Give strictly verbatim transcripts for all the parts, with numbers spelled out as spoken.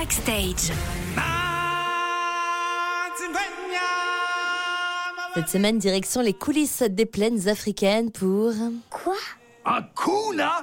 Backstage. Cette semaine, direction les coulisses des plaines africaines pour... Quoi ? Hakuna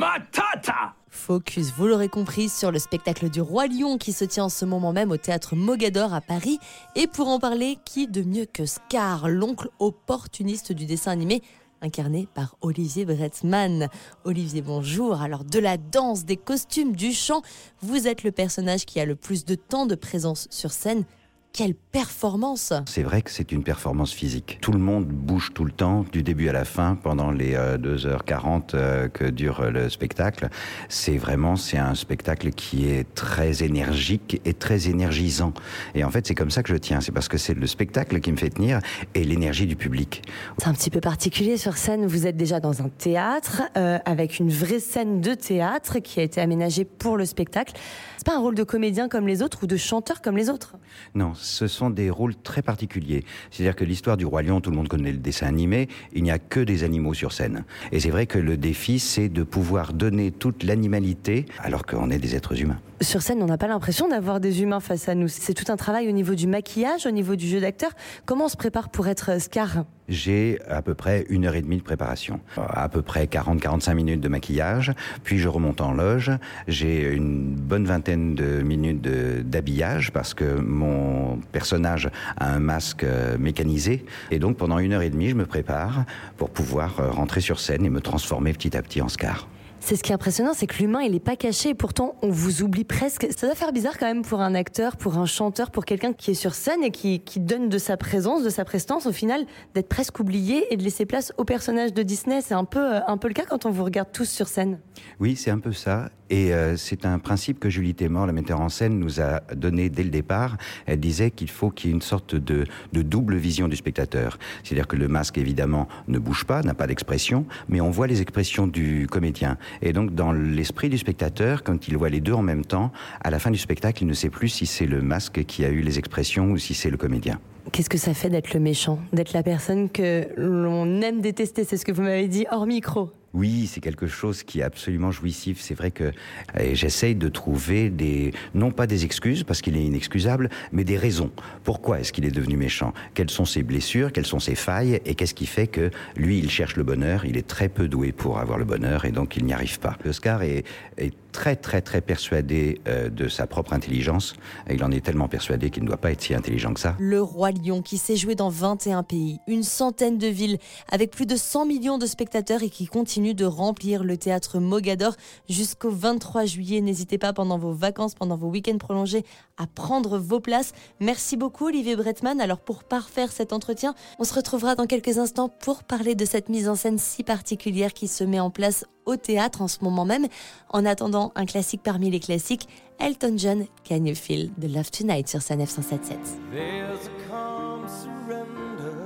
Matata. Focus, vous l'aurez compris, sur le spectacle du Roi Lion qui se tient en ce moment même au théâtre Mogador à Paris. Et pour en parler, qui de mieux que Scar, l'oncle opportuniste du dessin animé, incarné par Olivier Bretman. Olivier, bonjour. Alors, de la danse, des costumes, du chant, vous êtes le personnage qui a le plus de temps de présence sur scène. Quelle performance! C'est vrai que c'est une performance physique. Tout le monde bouge tout le temps, du début à la fin, pendant les euh, deux heures quarante euh, que dure euh, le spectacle. C'est vraiment, c'est un spectacle qui est très énergique et très énergisant. Et en fait, c'est comme ça que je tiens. C'est parce que c'est le spectacle qui me fait tenir et l'énergie du public. C'est un petit peu particulier sur scène. Vous êtes déjà dans un théâtre, euh, avec une vraie scène de théâtre qui a été aménagée pour le spectacle. C'est pas un rôle de comédien comme les autres ou de chanteur comme les autres? Non, ce sont des rôles très particuliers. C'est-à-dire que l'histoire du Roi Lion, tout le monde connaît le dessin animé, il n'y a que des animaux sur scène. Et c'est vrai que le défi, c'est de pouvoir donner toute l'animalité alors qu'on est des êtres humains. Sur scène, on n'a pas l'impression d'avoir des humains face à nous. C'est tout un travail au niveau du maquillage, au niveau du jeu d'acteur. Comment on se prépare pour être Scar ? J'ai à peu près une heure et demie de préparation. À peu près quarante à quarante-cinq minutes de maquillage, puis je remonte en loge. J'ai une bonne vingtaine de minutes de, d'habillage parce que mon personnage a un masque mécanisé. Et donc pendant une heure et demie, je me prépare pour pouvoir rentrer sur scène et me transformer petit à petit en Scar. C'est ce qui est impressionnant, c'est que l'humain, il n'est pas caché et pourtant, on vous oublie presque. Ça doit faire bizarre quand même pour un acteur, pour un chanteur, pour quelqu'un qui est sur scène et qui, qui donne de sa présence, de sa prestance, au final, d'être presque oublié et de laisser place au personnage de Disney. C'est un peu, un peu le cas quand on vous regarde tous sur scène. Oui, c'est un peu ça. Et euh, c'est un principe que Julie Taymor, la metteur en scène, nous a donné dès le départ. Elle disait qu'il faut qu'il y ait une sorte de, de double vision du spectateur. C'est-à-dire que le masque, évidemment, ne bouge pas, n'a pas d'expression, mais on voit les expressions du comédien. Et donc, dans l'esprit du spectateur, quand il voit les deux en même temps, à la fin du spectacle, il ne sait plus si c'est le masque qui a eu les expressions ou si c'est le comédien. Qu'est-ce que ça fait d'être le méchant, d'être la personne que l'on aime détester? C'est ce que vous m'avez dit hors micro. Oui, c'est quelque chose qui est absolument jouissif. C'est vrai que et j'essaye de trouver des, non pas des excuses, parce qu'il est inexcusable, mais des raisons. Pourquoi est-ce qu'il est devenu méchant? Quelles sont ses blessures? Quelles sont ses failles? Et qu'est-ce qui fait que lui, il cherche le bonheur? Il est très peu doué pour avoir le bonheur et donc il n'y arrive pas. Oscar est, est très très très persuadé euh, de sa propre intelligence. Et il en est tellement persuadé qu'il ne doit pas être si intelligent que ça. Le Roi Lion qui s'est joué dans vingt et un pays, une centaine de villes, avec plus de cent millions de spectateurs et qui continue de remplir le théâtre Mogador jusqu'au vingt-trois juillet. N'hésitez pas pendant vos vacances, pendant vos week-ends prolongés à prendre vos places. Merci beaucoup Olivier Bretman. Alors pour parfaire cet entretien, on se retrouvera dans quelques instants pour parler de cette mise en scène si particulière qui se met en place au théâtre en ce moment même. En attendant, un classique parmi les classiques, Elton John, Can You Feel the Love Tonight sur C N F cent sept virgule sept. There's a calm surrender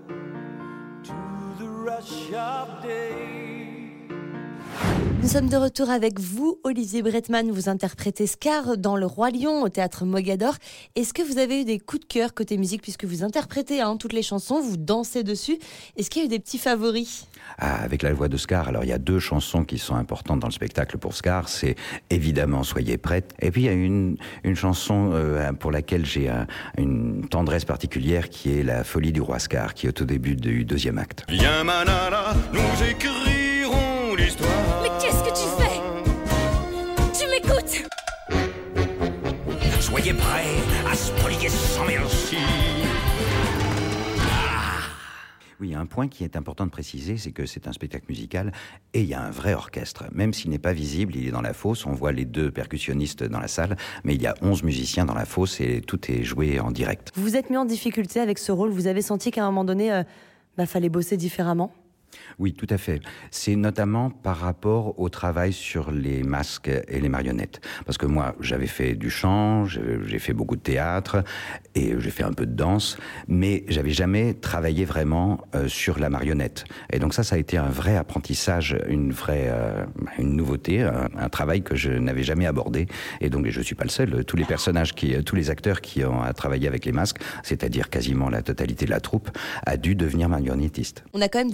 to the rush of day. Nous sommes de retour avec vous, Olivier Bretman. Vous interprétez Scar dans Le Roi Lion au théâtre Mogador. Est-ce que vous avez eu des coups de cœur côté musique, puisque vous interprétez hein, toutes les chansons, vous dansez dessus? Est-ce qu'il y a eu des petits favoris? Ah, avec la voix de Scar, alors il y a deux chansons qui sont importantes dans le spectacle pour Scar, c'est évidemment Soyez prête, et puis il y a une, une chanson euh, pour laquelle j'ai un, une tendresse particulière qui est La folie du roi Scar, qui est au début du deuxième acte. Viens Manana, nous écrirons l'histoire. Mais qu'est-ce que tu fais? Tu m'écoutes? Soyez prêts à spolier sans merci. Oui, il y a un point qui est important de préciser, c'est que c'est un spectacle musical et il y a un vrai orchestre. Même s'il n'est pas visible, il est dans la fosse, on voit les deux percussionnistes dans la salle, mais il y a onze musiciens dans la fosse et tout est joué en direct. Vous vous êtes mis en difficulté avec ce rôle, vous avez senti qu'à un moment donné, euh, bah, fallait bosser différemment? Oui, tout à fait. C'est notamment par rapport au travail sur les masques et les marionnettes. Parce que moi, j'avais fait du chant, j'ai fait beaucoup de théâtre et j'ai fait un peu de danse, mais j'avais jamais travaillé vraiment euh, sur la marionnette. Et donc ça, ça a été un vrai apprentissage, une vraie euh, une nouveauté, un, un travail que je n'avais jamais abordé. Et donc, je suis pas le seul. Tous les personnages, qui, tous les acteurs qui ont travaillé avec les masques, c'est-à-dire quasiment la totalité de la troupe, a dû devenir marionnettistes. On a quand même des personnages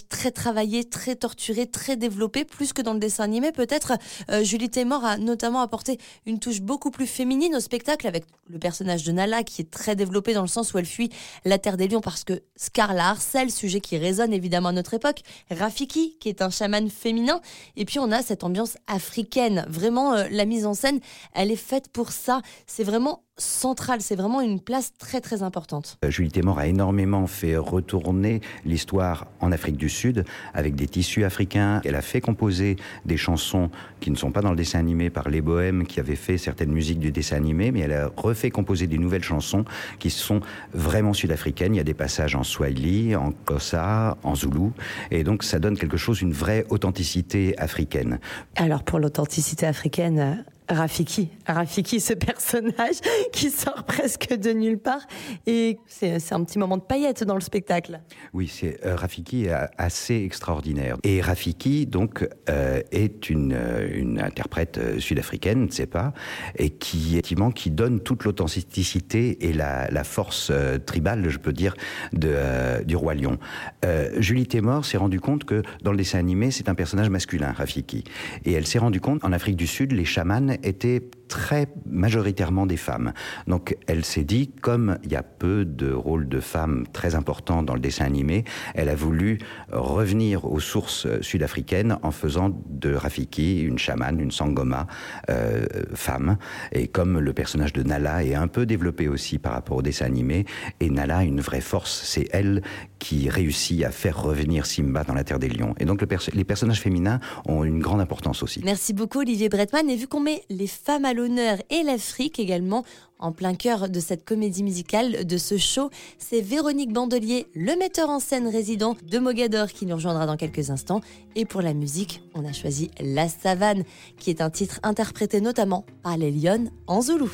très travaillé, très torturé, très développé, plus que dans le dessin animé. Peut-être euh, Julie Taymor a notamment apporté une touche beaucoup plus féminine au spectacle avec le personnage de Nala qui est très développé dans le sens où elle fuit la terre des lions parce que Scar la harcèle, sujet qui résonne évidemment à notre époque. Rafiki qui est un chaman féminin. Et puis on a cette ambiance africaine. Vraiment, euh, la mise en scène, elle est faite pour ça. C'est vraiment central, c'est vraiment une place très très importante. Julie Taymor a énormément fait retourner l'histoire en Afrique du Sud avec des tissus africains. Elle a fait composer des chansons qui ne sont pas dans le dessin animé par les Bohèmes qui avaient fait certaines musiques du dessin animé, mais elle a refait composer des nouvelles chansons qui sont vraiment sud-africaines. Il y a des passages en Swahili, en Xhosa, en Zoulou, et donc ça donne quelque chose, une vraie authenticité africaine. Alors pour l'authenticité africaine, Rafiki, Rafiki, ce personnage qui sort presque de nulle part et c'est, c'est un petit moment de paillettes dans le spectacle. Oui, c'est, euh, Rafiki est assez extraordinaire. Et Rafiki, donc, euh, est une, une interprète sud-africaine, c'est pas, et qui, effectivement, qui donne toute l'authenticité et la, la force euh, tribale, je peux dire, de, euh, du Roi Lion. Euh, Julie Taymor s'est rendu compte que dans le dessin animé, c'est un personnage masculin, Rafiki. Et elle s'est rendu compte, en Afrique du Sud, les chamans étaient très majoritairement des femmes. Donc elle s'est dit, comme il y a peu de rôles de femmes très importants dans le dessin animé, elle a voulu revenir aux sources sud-africaines en faisant de Rafiki une chamane, une sangoma euh, femme. Et comme le personnage de Nala est un peu développé aussi par rapport au dessin animé, et Nala a une vraie force, c'est elle qui réussit à faire revenir Simba dans la Terre des Lions. Et donc le perso- les personnages féminins ont une grande importance aussi. Merci beaucoup Olivier Bretman. Et vu qu'on met les femmes à l'honneur et l'Afrique également en plein cœur de cette comédie musicale, de ce show, c'est Véronique Bandelier, le metteur en scène résident de Mogador, qui nous rejoindra dans quelques instants. Et pour la musique, on a choisi La Savane, qui est un titre interprété notamment par les Lionnes en zoulou.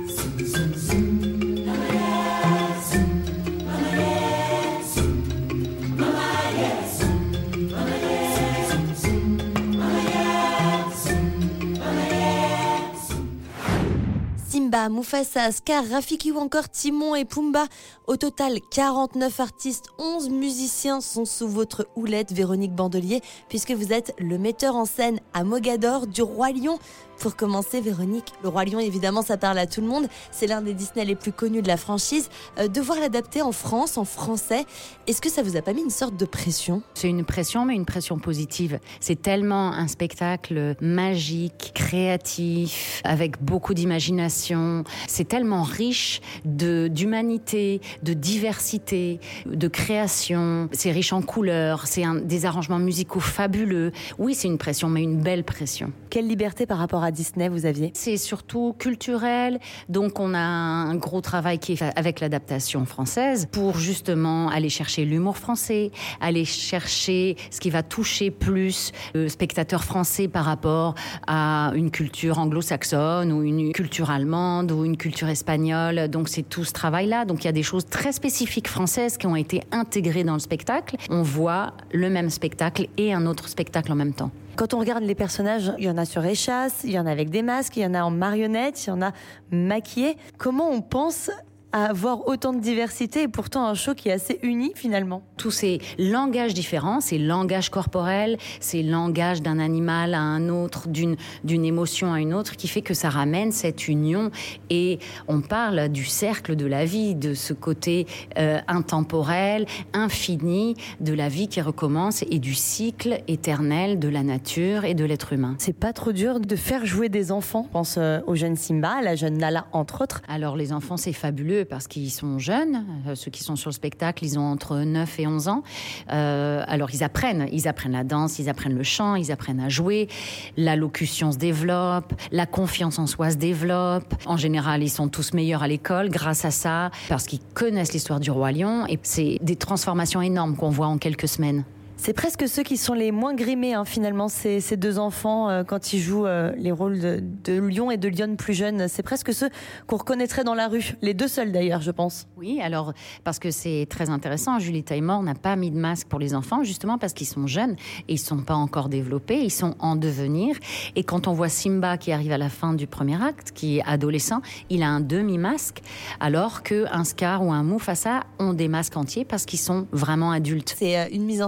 Simba, Mufasa, Scar, Rafiki ou encore Timon et Pumba. Au total, quarante-neuf artistes, onze musiciens sont sous votre houlette, Véronique Bandelier, puisque vous êtes le metteur en scène à Mogador du Roi Lion. Pour commencer, Véronique, le Roi Lion, évidemment, ça parle à tout le monde. C'est l'un des Disney les plus connus de la franchise. Euh, devoir l'adapter en France, en français, est-ce que ça vous a pas mis une sorte de pression ? C'est une pression, mais une pression positive. C'est tellement un spectacle magique, créatif, avec beaucoup d'imagination. C'est tellement riche de, d'humanité, de diversité, de création. C'est riche en couleurs, c'est un, des arrangements musicaux fabuleux. Oui, c'est une pression, mais une belle pression. Quelle liberté par rapport à Disney vous aviez ? C'est surtout culturel, donc on a un gros travail qui est fait avec l'adaptation française pour justement aller chercher l'humour français, aller chercher ce qui va toucher plus le spectateur français par rapport à une culture anglo-saxonne ou une culture allemande ou une culture espagnole. Donc c'est tout ce travail-là. Donc il y a des choses très spécifiques françaises qui ont été intégrées dans le spectacle. On voit le même spectacle et un autre spectacle en même temps. Quand on regarde les personnages, il y en a sur échasse, il y en a avec des masques, il y en a en marionnettes, il y en a maquillés. Comment on pense à avoir autant de diversité et pourtant un show qui est assez uni finalement? Tous ces langages différents, ces langages corporels, ces langages d'un animal à un autre, d'une, d'une émotion à une autre, qui fait que ça ramène cette union. Et on parle du cercle de la vie, de ce côté euh, intemporel, infini de la vie qui recommence et du cycle éternel de la nature et de l'être humain. C'est pas trop dur de faire jouer des enfants? Je pense euh, au jeune Simba, à la jeune Nala entre autres. Alors les enfants, c'est fabuleux parce qu'ils sont jeunes. Euh, ceux qui sont sur le spectacle, ils ont entre neuf et onze ans. Euh, alors ils apprennent, ils apprennent la danse, ils apprennent le chant, ils apprennent à jouer. La locution se développe, la confiance en soi se développe. En général, ils sont tous meilleurs à l'école grâce à ça, parce qu'ils connaissent l'histoire du Roi Lion. Et c'est des transformations énormes qu'on voit en quelques semaines. C'est presque ceux qui sont les moins grimés, hein, finalement, ces, ces deux enfants, euh, quand ils jouent euh, les rôles de, de lion et de lionne plus jeunes. C'est presque ceux qu'on reconnaîtrait dans la rue. Les deux seuls, d'ailleurs, je pense. Oui, alors, parce que c'est très intéressant. Julie Taymor n'a pas mis de masque pour les enfants, justement parce qu'ils sont jeunes et ils ne sont pas encore développés, ils sont en devenir. Et quand on voit Simba qui arrive à la fin du premier acte, qui est adolescent, il a un demi-masque, alors qu'un Scar ou un Mufasa ont des masques entiers parce qu'ils sont vraiment adultes. C'est euh, une mise en scène qui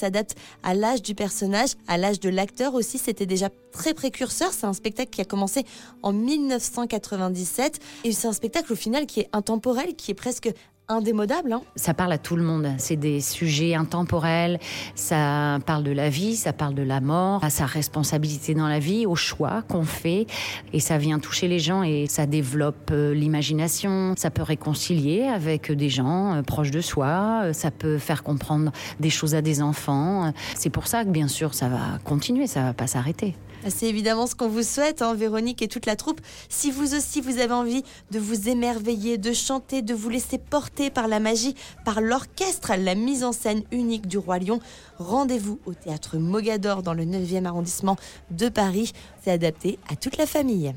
s'adapte à l'âge du personnage, à l'âge de l'acteur aussi. C'était déjà très précurseur. C'est un spectacle qui a commencé en mille neuf cent quatre-vingt-dix-sept. Et c'est un spectacle au final qui est intemporel, qui est presque indémodable. Hein. Ça parle à tout le monde. C'est des sujets intemporels. Ça parle de la vie, ça parle de la mort, à sa responsabilité dans la vie, au choix qu'on fait. Et ça vient toucher les gens et ça développe euh, l'imagination. Ça peut réconcilier avec des gens euh, proches de soi. Ça peut faire comprendre des choses à des enfants. C'est pour ça que, bien sûr, ça va continuer, ça va pas s'arrêter. C'est évidemment ce qu'on vous souhaite, hein, Véronique et toute la troupe. Si vous aussi, vous avez envie de vous émerveiller, de chanter, de vous laisser porter par la magie, par l'orchestre, la mise en scène unique du Roi Lion, rendez-vous au Théâtre Mogador dans le neuvième arrondissement de Paris. C'est adapté à toute la famille.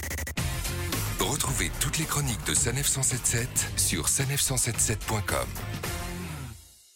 Retrouvez toutes les chroniques de Sanef cent soixante-dix-sept sur sanef cent soixante-dix-sept point com.